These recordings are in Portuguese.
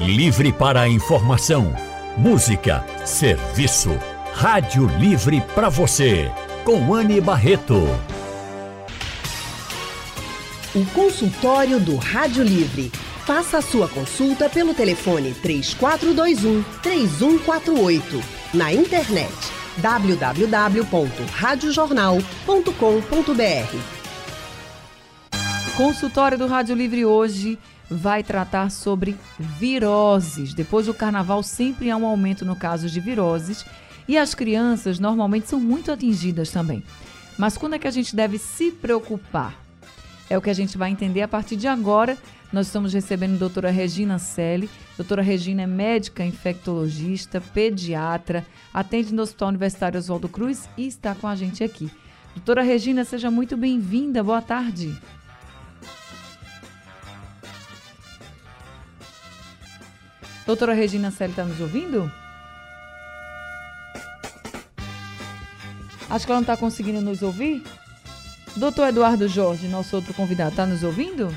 Livre para a informação, música, serviço. Rádio Livre para você, com Anne Barreto. O consultório do Rádio Livre. Faça a sua consulta pelo telefone 3421-3148. Na internet www.radiojornal.com.br. Consultório do Rádio Livre hoje vai tratar sobre viroses. Depois do carnaval sempre há um aumento no caso de viroses e as crianças normalmente são muito atingidas também. Mas quando é que a gente deve se preocupar? É o que a gente vai entender a partir de agora. Nós estamos recebendo a doutora Regina Selle. Doutora Regina é médica infectologista, pediatra, atende no Hospital Universitário Oswaldo Cruz e está com a gente aqui. Doutora Regina, seja muito bem-vinda. Boa tarde. Doutora Regina Selle está nos ouvindo? Acho que ela não está conseguindo nos ouvir. Doutor Eduardo Jorge, nosso outro convidado, está nos ouvindo?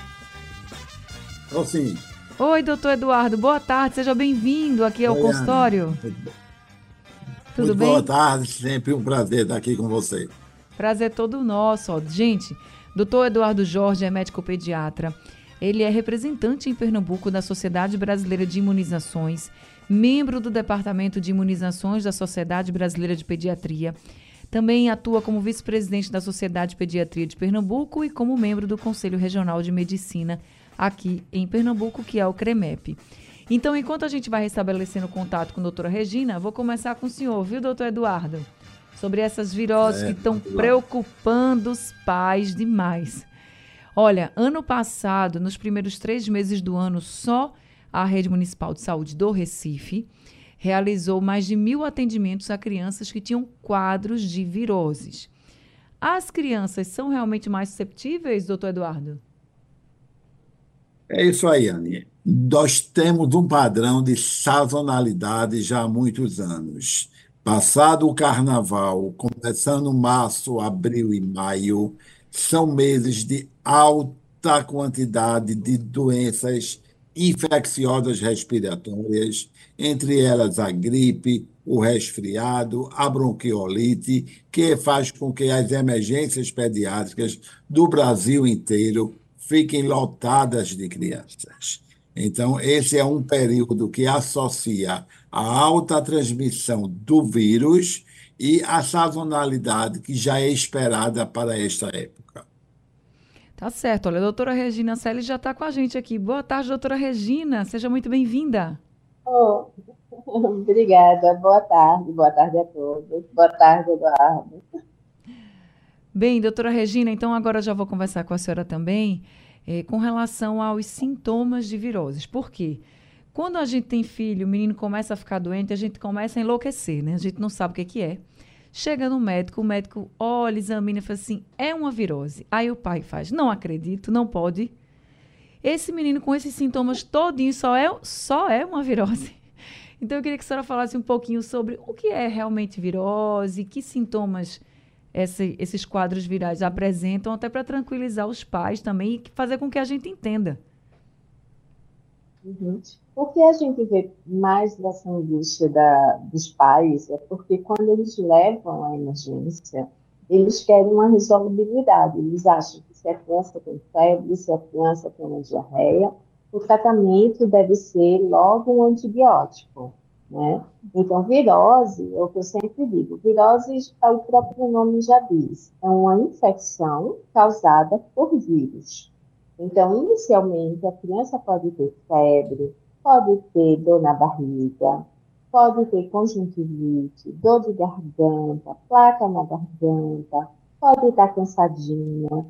Sim. Oi, doutor Eduardo, boa tarde, seja bem-vindo aqui ao consultório. Tudo bem? Boa tarde, sempre um prazer estar aqui com você. Prazer todo nosso. Ó. Gente, doutor Eduardo Jorge é médico pediatra. Ele é representante em Pernambuco da Sociedade Brasileira de Imunizações, membro do Departamento de Imunizações da Sociedade Brasileira de Pediatria. Também atua como vice-presidente da Sociedade de Pediatria de Pernambuco e como membro do Conselho Regional de Medicina aqui em Pernambuco, que é o CREMEP. Então, enquanto a gente vai restabelecendo contato com a doutora Regina, vou começar com o senhor, viu, doutor Eduardo? Sobre essas viroses que estão preocupando os pais demais. Olha, ano passado, nos primeiros 3 meses do ano, só a Rede Municipal de Saúde do Recife realizou mais de 1.000 atendimentos a crianças que tinham quadros de viroses. As crianças são realmente mais susceptíveis, doutor Eduardo? É isso aí, Anne. Nós temos um padrão de sazonalidade já há muitos anos. Passado o carnaval, começando março, abril e maio, são meses de alta quantidade de doenças infecciosas respiratórias, entre elas a gripe, o resfriado, a bronquiolite, que faz com que as emergências pediátricas do Brasil inteiro fiquem lotadas de crianças. Então, esse é um período que associa a alta transmissão do vírus e a sazonalidade que já é esperada para esta época. Tá certo. Olha, a doutora Regina Selle já está com a gente aqui. Boa tarde, doutora Regina. Seja muito bem-vinda. Obrigada. Boa tarde a todos. Boa tarde, Eduardo. Bem, doutora Regina, então agora já vou conversar com a senhora também com relação aos sintomas de viroses. Por quê? Quando a gente tem filho, o menino começa a ficar doente, a gente começa a enlouquecer, né? A gente não sabe o que é. Chega no médico, o médico olha, examina e fala assim, é uma virose. Aí o pai faz, não acredito, não pode. Esse menino com esses sintomas todinhos só é uma virose. Então eu queria que a senhora falasse um pouquinho sobre o que é realmente virose, que sintomas esses quadros virais apresentam, até para tranquilizar os pais também e fazer com que a gente entenda. Uhum. O que a gente vê mais dessa angústia dos pais é porque quando eles levam à emergência, eles querem uma resolubilidade. Eles acham que se a criança tem febre, se a criança tem uma diarreia, o tratamento deve ser logo um antibiótico, né? Então, virose, é o que eu sempre digo, virose, o próprio nome já diz, é uma infecção causada por vírus. Então, inicialmente, a criança pode ter febre, pode ter dor na barriga, pode ter conjuntivite, dor de garganta, placa na garganta, pode estar cansadinha,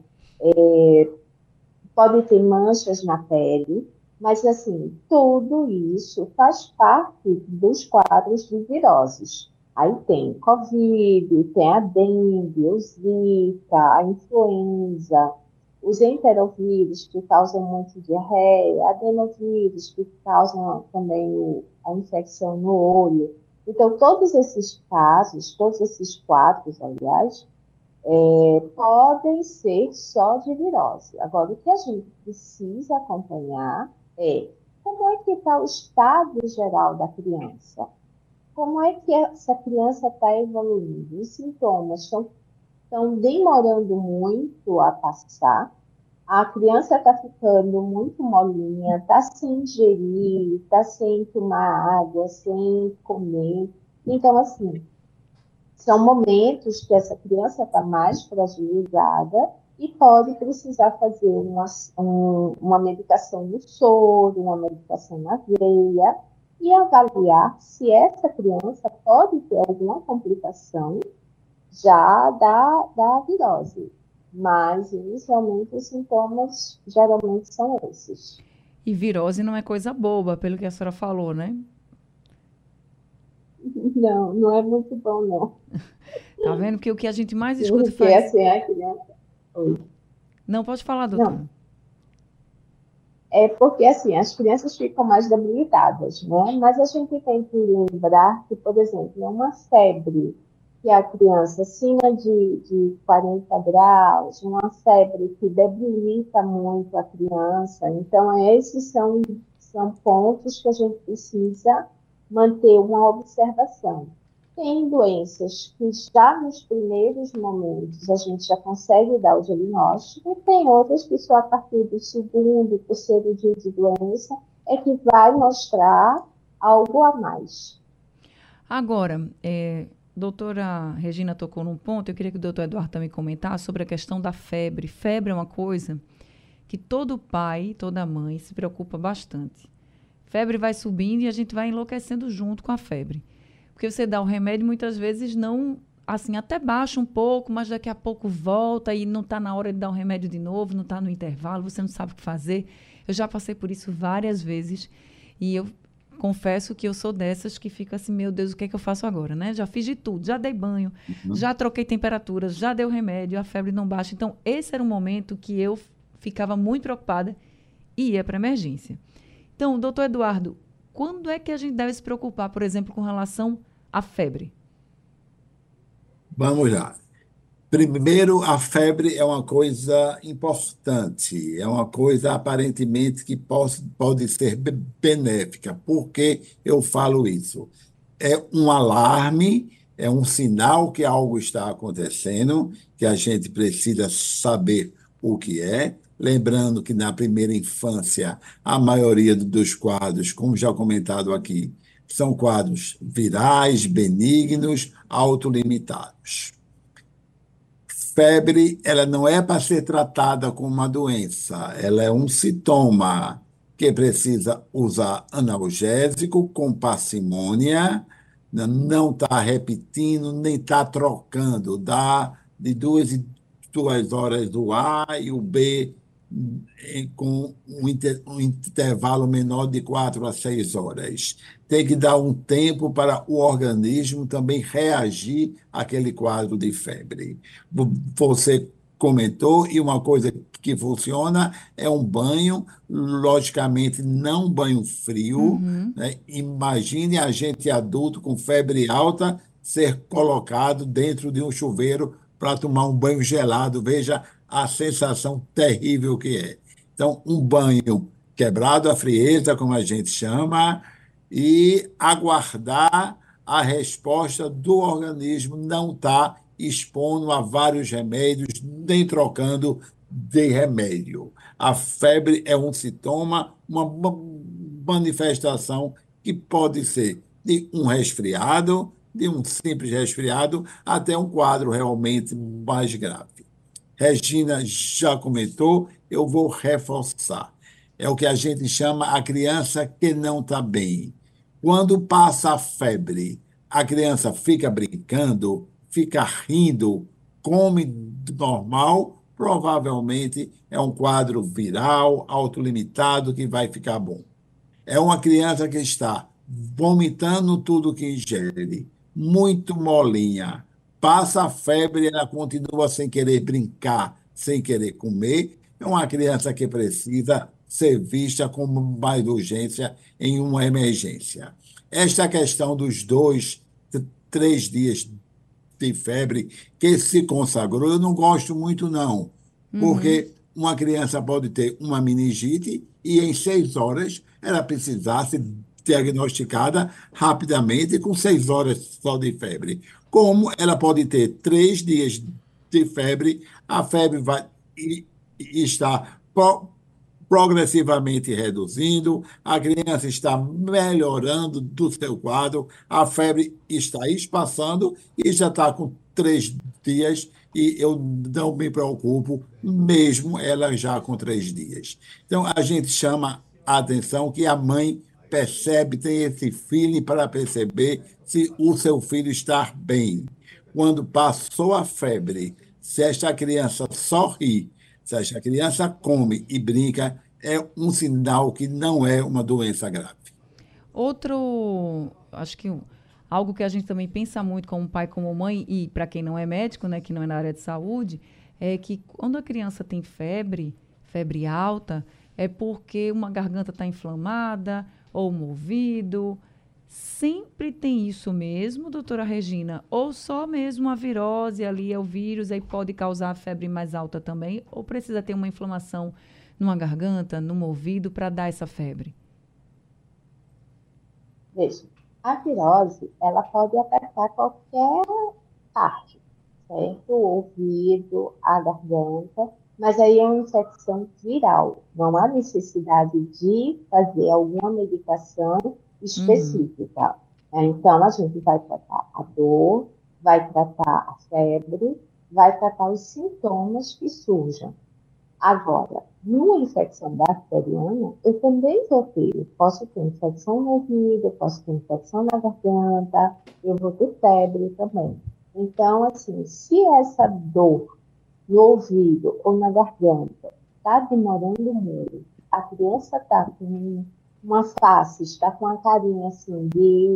pode ter manchas na pele, mas, assim, tudo isso faz parte dos quadros de viroses. Aí tem Covid, tem a dengue, o Zika, a influenza, os enterovírus, que causam muito diarreia, adenovírus, que causam também a infecção no olho. Então, todos esses casos, todos esses quadros, aliás, podem ser só de virose. Agora, o que a gente precisa acompanhar é como é que está o estado geral da criança. Como é que essa criança está evoluindo? Os sintomas estão demorando muito a passar, a criança está ficando muito molinha, está sem ingerir, está sem tomar água, sem comer. Então, assim, são momentos que essa criança está mais fragilizada e pode precisar fazer uma medicação no soro, uma medicação na veia, e avaliar se essa criança pode ter alguma complicação já da virose. Mas, inicialmente, os sintomas geralmente são esses. E virose não é coisa boba, pelo que a senhora falou, né? Não, não é muito bom, não. Tá vendo? Porque o que a gente mais escuta Porque assim, a criança... Oi. Não, pode falar, doutora. Não. É porque, assim, as crianças ficam mais debilitadas, né? Mas a gente tem que lembrar que, por exemplo, uma febre que a criança acima de 40 graus, uma febre que debilita muito a criança. Então, esses são pontos que a gente precisa manter uma observação. Tem doenças que já nos primeiros momentos a gente já consegue dar o diagnóstico, tem outras que só a partir do segundo, terceiro dia de doença é que vai mostrar algo a mais. Agora, doutora Regina tocou num ponto, eu queria que o doutor Eduardo também comentasse sobre a questão da febre. Febre é uma coisa que todo pai, toda mãe se preocupa bastante. Febre vai subindo e a gente vai enlouquecendo junto com a febre. Porque você dá o remédio, muitas vezes não, assim, até baixa um pouco, mas daqui a pouco volta e não está na hora de dar o remédio de novo, não está no intervalo, você não sabe o que fazer. Eu já passei por isso várias vezes e eu confesso que eu sou dessas que fica assim, meu Deus, o que é que eu faço agora, né? Já fiz de tudo, já dei banho, já troquei temperatura, já dei o remédio, a febre não baixa. Então, esse era um momento que eu ficava muito preocupada e ia para emergência. Então, doutor Eduardo, quando é que a gente deve se preocupar, por exemplo, com relação à febre? Vamos lá. Primeiro, a febre é uma coisa importante, é uma coisa aparentemente que pode ser benéfica. Por que eu falo isso? É um alarme, é um sinal que algo está acontecendo, que a gente precisa saber o que é. Lembrando que na primeira infância, a maioria dos quadros, como já comentado aqui, são quadros virais, benignos, autolimitados. Febre, ela não é para ser tratada como uma doença, ela é um sintoma que precisa usar analgésico com parcimônia, não está repetindo, nem está trocando, dá de 2 em 2 horas o A e o B com um intervalo menor de 4 a 6 horas. Tem que dar um tempo para o organismo também reagir àquele quadro de febre. Você comentou, e uma coisa que funciona é um banho, logicamente não banho frio, né? Imagine a gente adulto com febre alta ser colocado dentro de um chuveiro para tomar um banho gelado, veja a sensação terrível que é. Então, um banho quebrado a frieza, como a gente chama, e aguardar a resposta do organismo, não estar expondo a vários remédios, nem trocando de remédio. A febre é um sintoma, uma manifestação que pode ser de um resfriado, de um simples resfriado, até um quadro realmente mais grave. Regina já comentou, eu vou reforçar. É o que a gente chama a criança que não está bem. Quando passa a febre, a criança fica brincando, fica rindo, come normal, provavelmente é um quadro viral, autolimitado, que vai ficar bom. É uma criança que está vomitando tudo que ingere, muito molinha, passa a febre, ela continua sem querer brincar, sem querer comer. É uma criança que precisa ser vista com mais urgência em uma emergência. Esta questão dos 2, 3 dias de febre que se consagrou, eu não gosto muito, não, porque uma criança pode ter uma meningite e em 6 horas ela precisar ser diagnosticada rapidamente com 6 horas só de febre. Como ela pode ter 3 dias de febre, a febre vai estar progressivamente reduzindo, a criança está melhorando do seu quadro, a febre está espaçando e já está com 3 dias e eu não me preocupo, mesmo ela já com 3 dias. Então, a gente chama a atenção que a mãe percebe, tem esse feeling para perceber se o seu filho está bem. Quando passou a febre, se esta criança sorri, se esta criança come e brinca, é um sinal que não é uma doença grave. Acho que algo que a gente também pensa muito como pai, como mãe, e para quem não é médico, né, que não é na área de saúde, é que quando a criança tem febre alta, é porque uma garganta está inflamada ou um ouvido. Sempre tem isso mesmo, doutora Regina? Ou só mesmo a virose ali, é o vírus, aí pode causar a febre mais alta também? Ou precisa ter uma inflamação numa garganta, num ouvido, para dar essa febre? Veja, a virose, ela pode afetar qualquer parte, certo? O ouvido, a garganta, mas aí é uma infecção viral. Não há necessidade de fazer alguma medicação específica. Então, a gente vai tratar a dor, vai tratar a febre, vai tratar os sintomas que surjam. Agora, numa infecção bacteriana, eu também vou ter. Eu posso ter infecção no ouvido, eu posso ter infecção na garganta, eu vou ter febre também. Então, assim, se essa dor no ouvido ou na garganta está demorando muito, a criança está com uma face, está com a carinha assim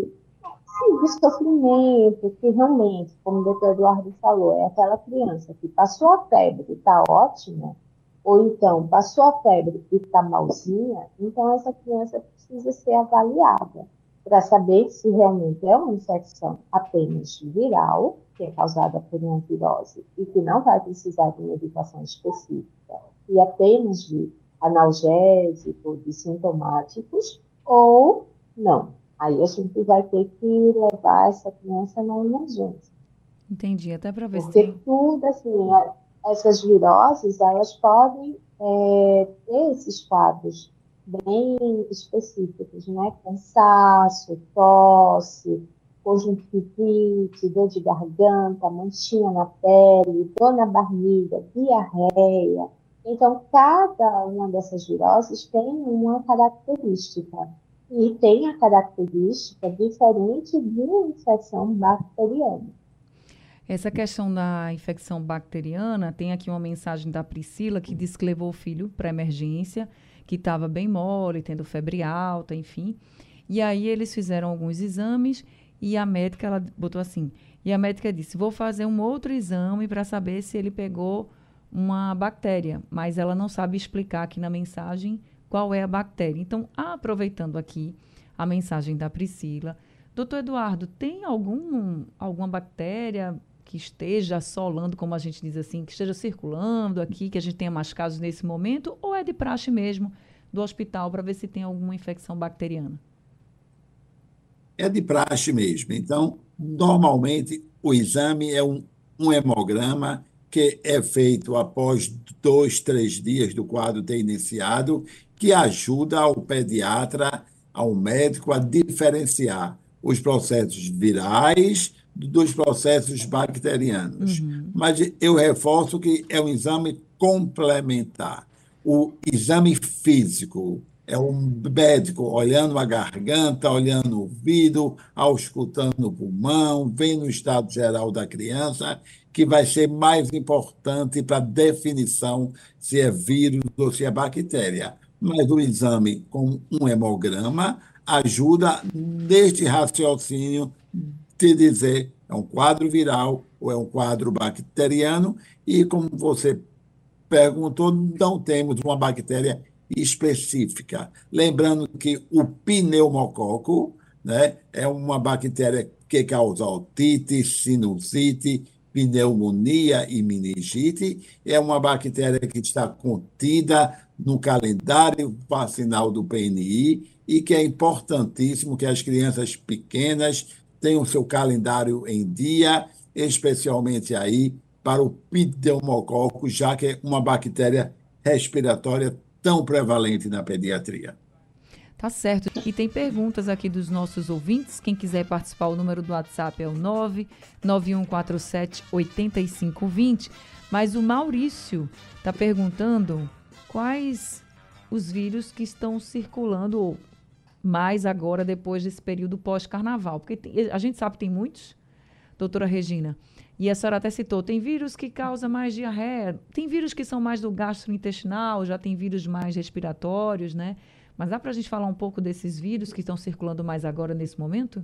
de sofrimento, que realmente, como o doutor Eduardo falou, é aquela criança que passou a febre e está ótima, ou então passou a febre e está malzinha, então essa criança precisa ser avaliada para saber se realmente é uma infecção apenas viral, que é causada por uma virose e que não vai precisar de medicação específica, e apenas de analgésico, de sintomáticos, ou não. Aí a gente vai ter que levar essa criança na emergência. Entendi, até para ver Porque se... tudo, assim, essas viroses, elas podem ter esses quadros bem específicos, né? Cansaço, tosse, conjuntivite, dor de garganta, manchinha na pele, dor na barriga, diarreia. Então, cada uma dessas viroses tem uma característica. E tem a característica diferente de uma infecção bacteriana. Essa questão da infecção bacteriana, tem aqui uma mensagem da Priscila, que diz que levou o filho para emergência, que estava bem mole, tendo febre alta, enfim. E aí eles fizeram alguns exames e a médica, ela botou assim, e a médica disse, vou fazer um outro exame para saber se ele pegou uma bactéria, mas ela não sabe explicar aqui na mensagem qual é a bactéria. Então, aproveitando aqui a mensagem da Priscila, doutor Eduardo, tem alguma bactéria que esteja assolando, como a gente diz assim, que esteja circulando aqui, que a gente tenha mais casos nesse momento, ou é de praxe mesmo do hospital para ver se tem alguma infecção bacteriana? É de praxe mesmo. Então, normalmente, o exame é um hemograma que é feito após 2, 3 dias do quadro ter iniciado, que ajuda ao pediatra, ao médico, a diferenciar os processos virais dos processos bacterianos. Mas eu reforço que é um exame complementar. O exame físico é um médico olhando a garganta, olhando o ouvido, auscultando o pulmão, vendo o estado geral da criança, que vai ser mais importante para a definição se é vírus ou se é bactéria. Mas o exame com um hemograma ajuda neste raciocínio de dizer é um quadro viral ou é um quadro bacteriano, e como você perguntou, não temos uma bactéria específica. Lembrando que o pneumococo, né, é uma bactéria que causa otite, sinusite, pneumonia e meningite, é uma bactéria que está contida no calendário vacinal do PNI e que é importantíssimo que as crianças pequenas tenham seu calendário em dia, especialmente aí para o pneumococo, já que é uma bactéria respiratória tão prevalente na pediatria. Tá certo. E tem perguntas aqui dos nossos ouvintes. Quem quiser participar, o número do WhatsApp é o 991478520. Mas o Maurício está perguntando quais os vírus que estão circulando mais agora, depois desse período pós-carnaval. Porque a gente sabe que tem muitos, doutora Regina. E a senhora até citou, tem vírus que causam mais diarreia, tem vírus que são mais do gastrointestinal, já tem vírus mais respiratórios, né? Mas dá para a gente falar um pouco desses vírus que estão circulando mais agora nesse momento?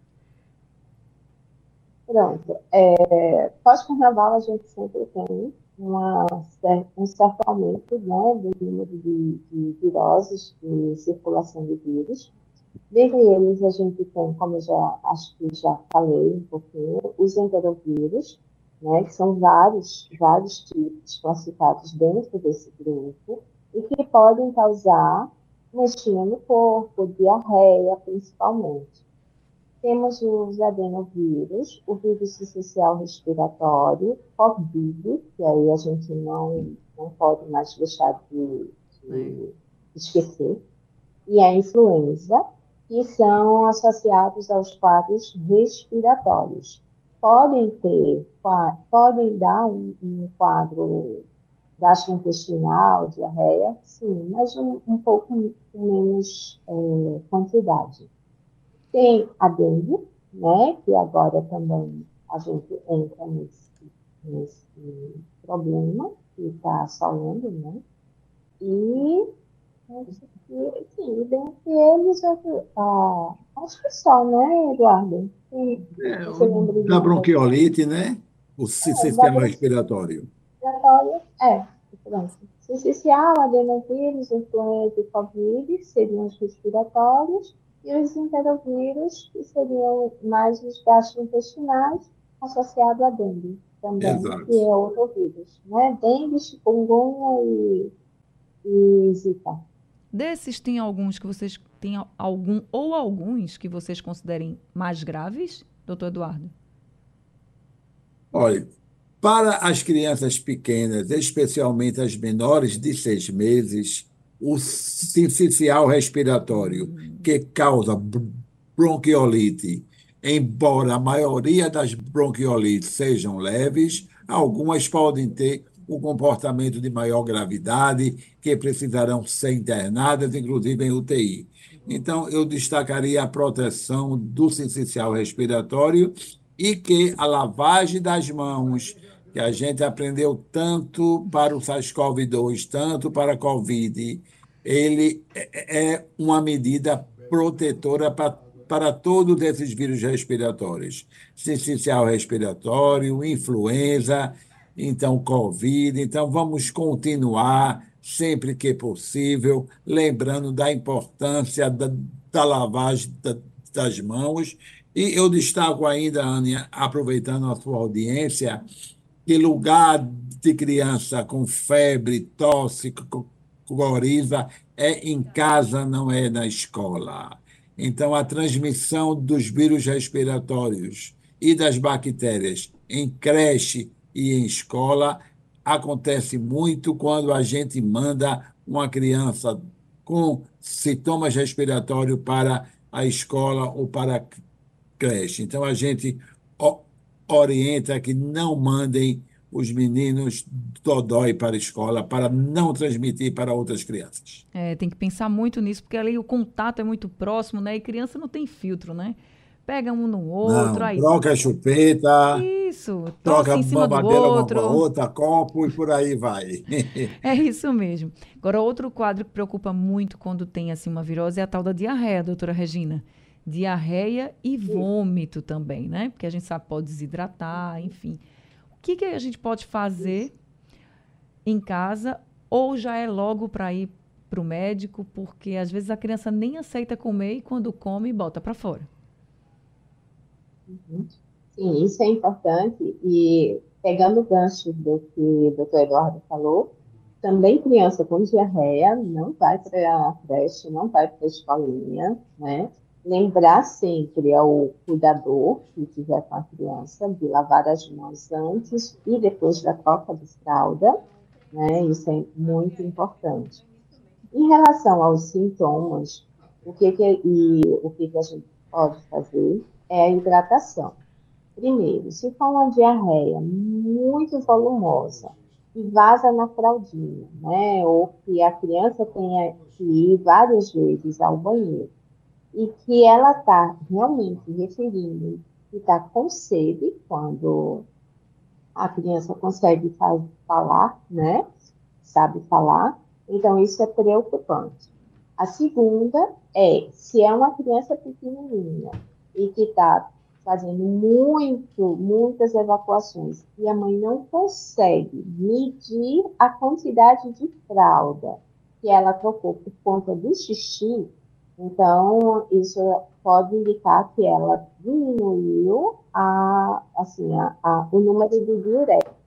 Pronto. Pós-carnaval, a gente sempre tem um certo aumento, né, do número de viroses, de circulação de vírus. Dentre eles, a gente tem, como eu acho que já falei um pouquinho, os enterovírus, né, que são vários tipos classificados dentro desse grupo e que podem causar anosmia no corpo, diarreia, principalmente. Temos os adenovírus, o vírus essencial respiratório, COVID, que aí a gente não pode mais deixar de esquecer, e a influenza, que são associados aos quadros respiratórios. Podem dar um quadro gastrointestinal, diarreia, sim, mas um pouco menos quantidade. Tem a dengue, né, que agora também a gente entra nesse problema que está assolando, né? E, sim, dentre eles, acho que só, né, Eduardo? Você lembra Da bronquiolite, né? O sistema respiratório. Pronto. Sincicial, adenovírus, influenza e Covid seriam os respiratórios, e os enterovírus, que seriam mais os gastrointestinais, associados à dengue também, Exato. que é outro vírus, né? Dengue, chikungunya e zika. Desses, tem alguns que vocês têm alguns que vocês considerem mais graves, doutor Eduardo? Olha, para as crianças pequenas, especialmente as menores de 6 meses, o sincicial respiratório, que causa bronquiolite, embora a maioria das bronquiolites sejam leves, algumas podem ter um comportamento de maior gravidade, que precisarão ser internadas, inclusive em UTI. Então, eu destacaria a proteção do sincicial respiratório e que a lavagem das mãos, que a gente aprendeu tanto para o SARS-CoV-2, tanto para a COVID, ele é uma medida protetora para todos esses vírus respiratórios. Sincicial respiratório, influenza, então COVID. Então, vamos continuar, sempre que possível, lembrando da importância da lavagem das mãos. E eu destaco ainda, Ania, aproveitando a sua audiência, que lugar de criança com febre, tosse, coriza é em casa, não é na escola. Então, a transmissão dos vírus respiratórios e das bactérias em creche e em escola acontece muito quando a gente manda uma criança com sintomas respiratórios para a escola ou para a creche. Então, a gente orienta que não mandem os meninos dodói para a escola, para não transmitir para outras crianças. Tem que pensar muito nisso, porque ali o contato é muito próximo, né? E criança não tem filtro, né? Pega um no outro, Não, aí... troca a chupeta, Isso, tosse troca em cima do mamadeira uma com a outro. outra, copo e por aí vai. É isso mesmo. Agora, outro quadro que preocupa muito quando tem assim uma virose é a tal da diarreia, doutora Regina. Diarreia e vômito também, né? Porque a gente sabe que pode desidratar, enfim. O que a gente pode fazer em casa ou já é logo para ir para o médico? Porque às vezes a criança nem aceita comer e quando come, bota para fora. Sim, isso é importante. E pegando o gancho do que o doutor Eduardo falou, Também criança com diarreia não vai para a creche, não vai para a escolinha, né? Lembrar sempre ao cuidador que estiver com a criança de lavar as mãos antes e depois da troca de fralda, né? Isso é muito importante. Em relação aos sintomas, o que a gente pode fazer é a hidratação. Primeiro, se for uma diarreia muito volumosa e vaza na fraldinha, né, ou que a criança tenha que ir várias vezes ao banheiro e que ela está realmente referindo que está com sede, quando a criança consegue falar, né, sabe falar, então isso é preocupante. A segunda é, se é uma criança pequenininha e que está fazendo muitas evacuações e a mãe não consegue medir a quantidade de fralda que ela trocou por conta do xixi, então isso pode indicar que ela diminuiu o número de diuréticos.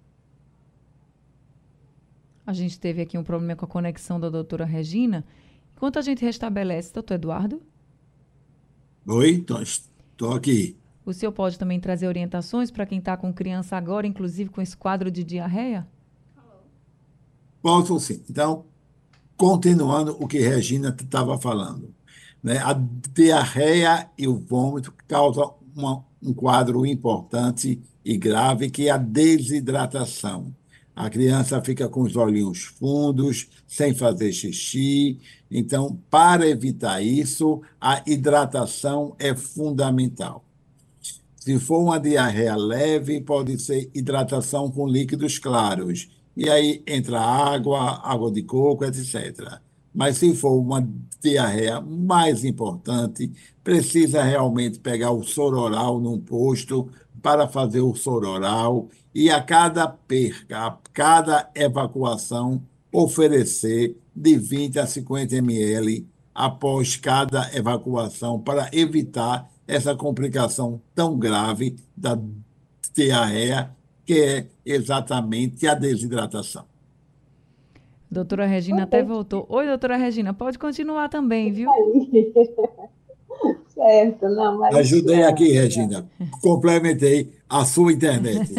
A gente teve aqui um problema com a conexão da doutora Regina. Enquanto a gente restabelece, doutor Eduardo, Oi, estou aqui. o senhor pode também trazer orientações para quem está com criança agora, inclusive com esse quadro de diarreia? Posso sim. Então, continuando o que Regina estava falando, né? A diarreia e o vômito causam um quadro importante e grave, que é a desidratação. A criança fica com os olhinhos fundos, sem fazer xixi. Então, para evitar isso, a hidratação é fundamental. Se for uma diarreia leve, pode ser hidratação com líquidos claros. E aí entra água, água de coco, etc. Mas se for uma diarreia mais importante, precisa realmente pegar o soro oral num posto para fazer o soro oral e a cada perca, a cada evacuação, oferecer de 20 a 50 ml após cada evacuação para evitar essa complicação tão grave da diarreia, que é exatamente a desidratação. Doutora Regina até voltou. Oi, doutora Regina, pode continuar também, viu? Certo, não, mas... Ajudei aqui, Regina. Complementei a sua internet.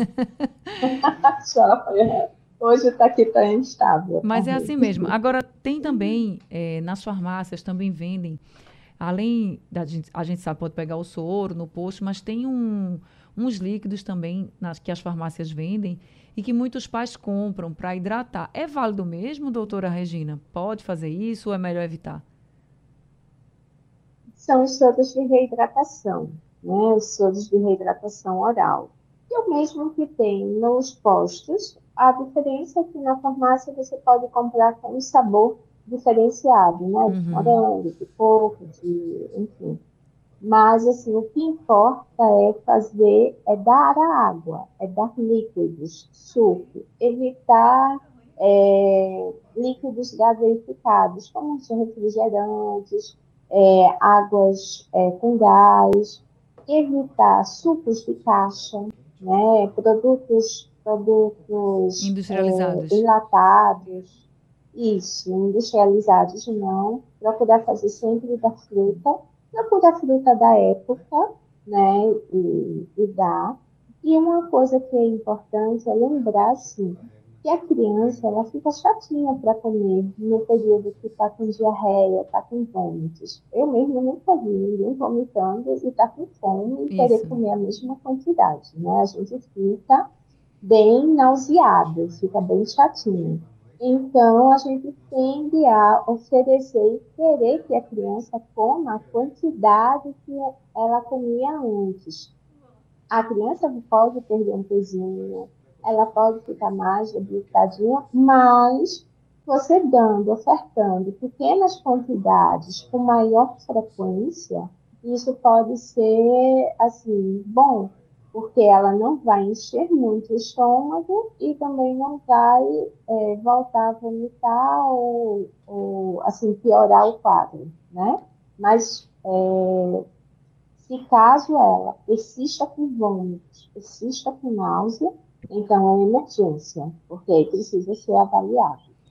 Hoje está aqui tão instável. Mas é assim mesmo. Agora, tem também, nas farmácias, também vendem, além da gente, a gente sabe, pode pegar o soro no posto, mas tem uns líquidos também que as farmácias vendem e que muitos pais compram para hidratar. É válido mesmo, doutora Regina? Pode fazer isso ou é melhor evitar? São os soros de reidratação, né? Os soros de reidratação oral. E o mesmo que tem nos postos, a diferença é que na farmácia você pode comprar com um sabor diferenciado, né? De morango, de coco, enfim. Mas, assim, o que importa é dar a água, é dar líquidos, suco, evitar líquidos gaseificados, como os refrigerantes, águas com gás, evitar sucos de caixa, né, produtos industrializados. Enlatados, isso, industrializados não, procurar fazer sempre da fruta, procura a fruta da época, né, e dar. E uma coisa que é importante é lembrar, assim, que a criança, ela fica chatinha para comer no período que está com diarreia, está com vômitos. Eu mesmo nunca vi ninguém vomitando e está com fome e querer comer a mesma quantidade, né? A gente fica bem nauseado, fica bem chatinho. Então, a gente tende a oferecer e querer que a criança coma a quantidade que ela comia antes. A criança pode perder um pezinho, ela pode ficar mais debilitadinha, mas você ofertando pequenas quantidades com maior frequência, isso pode ser, assim, bom, porque ela não vai encher muito o estômago e também não vai voltar a vomitar ou assim, piorar o quadro, né? Mas se caso ela persista com vômitos, persista com náusea, então é uma emergência, porque aí precisa ser avaliado.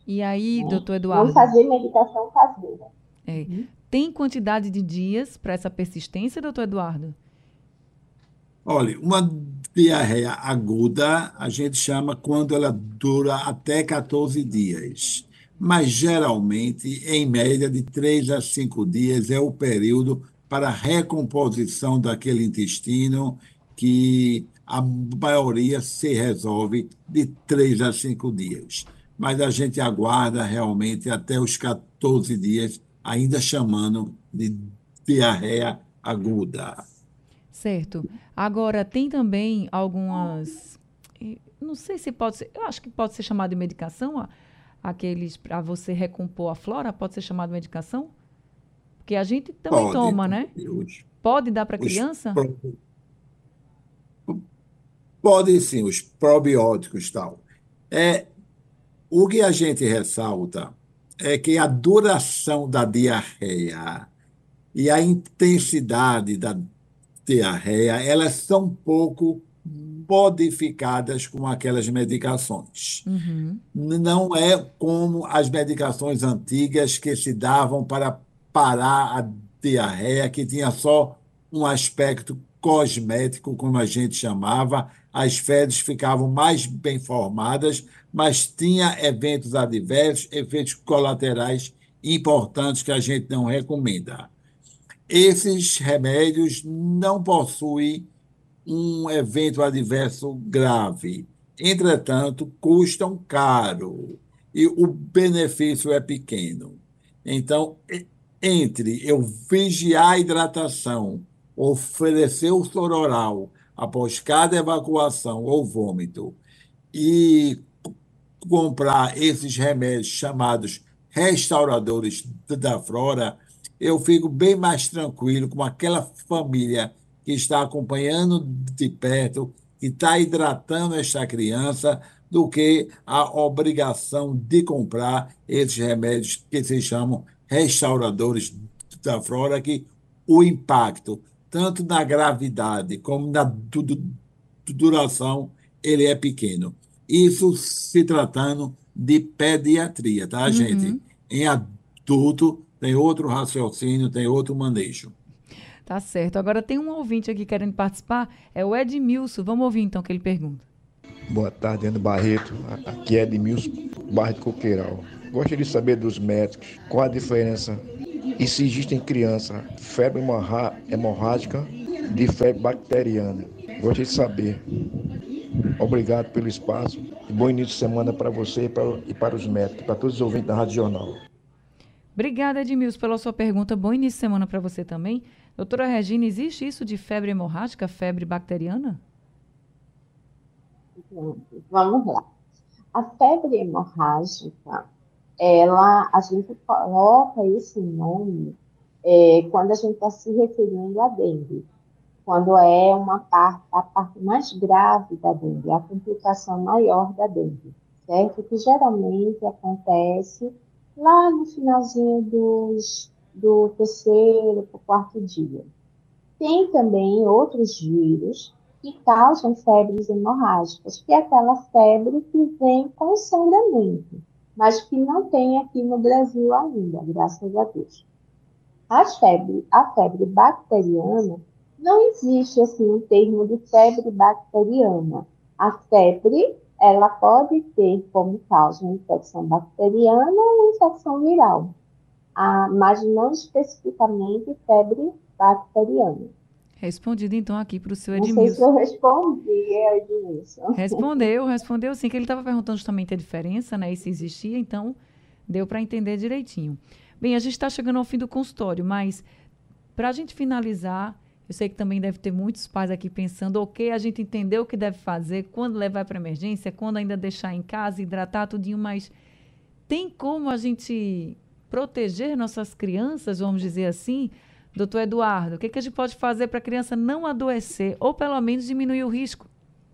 E aí, né? doutor Não Eduardo, fazer medicação caseira. é, Uhum. tem quantidade de dias para essa persistência, doutor Eduardo? Olha, uma diarreia aguda a gente chama quando ela dura até 14 dias. Mas, geralmente, em média, de 3 a 5 dias é o período para a recomposição daquele intestino, que a maioria se resolve de 3 a 5 dias. Mas a gente aguarda realmente até os 14 dias, ainda chamando de diarreia aguda. Certo. Agora, tem também algumas. Não sei se pode ser. Eu acho que pode ser chamado de medicação, aqueles para você recompor a flora, pode ser chamado de medicação? Porque a gente também Pode, toma, né? pode. Pode dar para Os criança? pro- Pode sim, os probióticos e tal. É, o que a gente ressalta é que a duração da diarreia e a intensidade da diarreia, elas são um pouco modificadas com aquelas medicações. Uhum. Não é como as medicações antigas que se davam para parar a diarreia, que tinha só um aspecto cosmético, como a gente chamava, as fezes ficavam mais bem formadas, mas tinha eventos adversos, efeitos colaterais importantes que a gente não recomenda. Esses remédios não possuem um evento adverso grave. Entretanto, custam caro e o benefício é pequeno. Então, entre eu vigiar a hidratação, oferecer o soro oral após cada evacuação ou vômito e comprar esses remédios chamados restauradores da flora, eu fico bem mais tranquilo com aquela família que está acompanhando de perto, que está hidratando esta criança, do que a obrigação de comprar esses remédios que se chamam restauradores da flora, que o impacto, tanto na gravidade como na duração, ele é pequeno. Isso se tratando de pediatria, tá, gente? Uhum. Em adulto, tem outro raciocínio, tem outro manejo. Tá certo. Agora tem um ouvinte aqui querendo participar, é o Edmilson. Vamos ouvir então o que ele pergunta. Boa tarde, Ana Barreto. Aqui é Edmilson Barreto Coqueiral. Gostaria de saber dos médicos qual a diferença e se existe em criança febre hemorrágica de febre bacteriana. Gostaria de saber. Obrigado pelo espaço e bom início de semana para você e para os médicos, para todos os ouvintes da Rádio Jornal. Obrigada, Edmilson, pela sua pergunta. Bom início de semana para você também. Doutora Regina, existe isso de febre hemorrágica, febre bacteriana? Vamos lá. A febre hemorrágica, a gente coloca esse nome quando a gente está se referindo à dengue, quando é a parte mais grave da dengue, a complicação maior da dengue, certo? Que geralmente acontece lá no finalzinho do terceiro para o quarto dia. Tem também outros vírus que causam febres hemorrágicas, que é aquela febre que vem com sangramento, mas que não tem aqui no Brasil ainda, graças a Deus. A febre bacteriana, não existe assim um termo de febre bacteriana. A febre, ela pode ter como causa uma infecção bacteriana ou uma infecção viral, mas não especificamente febre bacteriana. Respondido então aqui para o seu Não sei se Edmilson. eu respondi, Edmilson. Respondeu sim, que ele estava perguntando justamente a diferença, né? E se existia, então deu para entender direitinho. Bem, a gente está chegando ao fim do consultório, mas para a gente finalizar, eu sei que também deve ter muitos pais aqui pensando, ok, a gente entendeu o que deve fazer, quando levar para emergência, quando ainda deixar em casa, hidratar tudinho, mas tem como a gente proteger nossas crianças, vamos dizer assim? Doutor Eduardo, o que a gente pode fazer para a criança não adoecer, ou pelo menos diminuir o risco?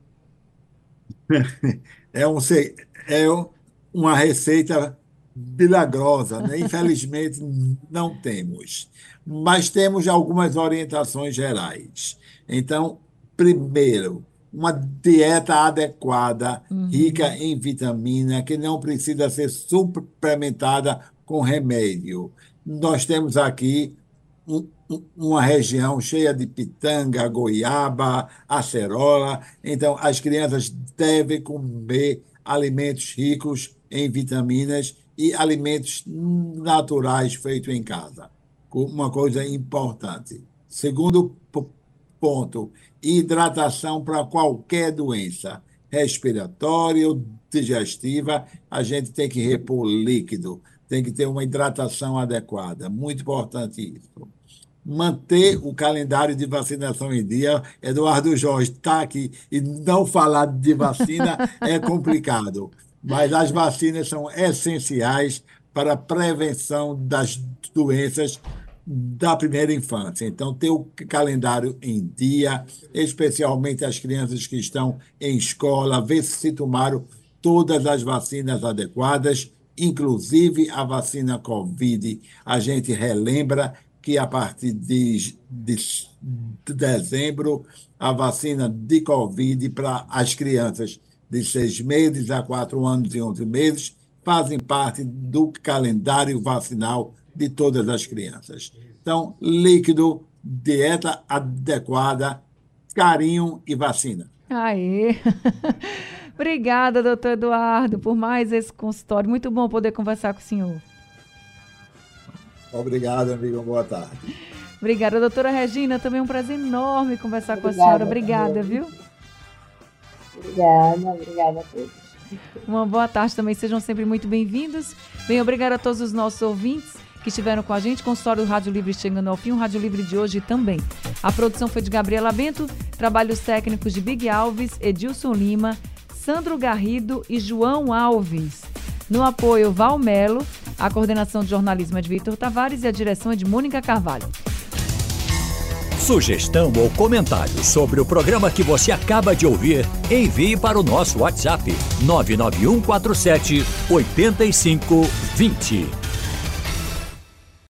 É, um, é uma receita milagrosa, né? Infelizmente, não temos. Mas temos algumas orientações gerais. Então, primeiro, uma dieta adequada, rica em vitamina, que não precisa ser suplementada com remédio. Nós temos aqui uma região cheia de pitanga, goiaba, acerola. Então, as crianças devem comer alimentos ricos em vitaminas e alimentos naturais feitos em casa. Uma coisa importante. Segundo ponto, hidratação para qualquer doença respiratória ou digestiva, a gente tem que repor líquido, tem que ter uma hidratação adequada. Muito importante isso. Manter o calendário de vacinação em dia. Eduardo Jorge está aqui e não falar de vacina é complicado, mas as vacinas são essenciais para a prevenção das doenças da primeira infância. Então, ter o calendário em dia, especialmente as crianças que estão em escola, ver se tomaram todas as vacinas adequadas, inclusive a vacina Covid. A gente relembra que a partir de dezembro, a vacina de Covid para as crianças de 6 meses a 4 anos e 11 meses fazem parte do calendário vacinal de todas as crianças. Então, líquido, dieta adequada, carinho e vacina. Aê! Obrigada, doutor Eduardo, por mais esse consultório. Muito bom poder conversar com o senhor. Obrigado, amigo. Boa tarde. Obrigada, doutora Regina. Também um prazer enorme conversar com a senhora. Obrigada, viu? Obrigada a todos. Uma boa tarde também. Sejam sempre muito bem-vindos. Bem, obrigada a todos os nossos ouvintes que estiveram com a gente. Consultório do Rádio Livre chegando ao fim. O Rádio Livre de hoje também. A produção foi de Gabriela Bento. Trabalhos técnicos de Big Alves, Edilson Lima, Sandro Garrido e João Alves. No apoio, Val Melo. A coordenação de jornalismo é de Vitor Tavares e a direção é de Mônica Carvalho. Sugestão ou comentário sobre o programa que você acaba de ouvir, envie para o nosso WhatsApp 99147 8520.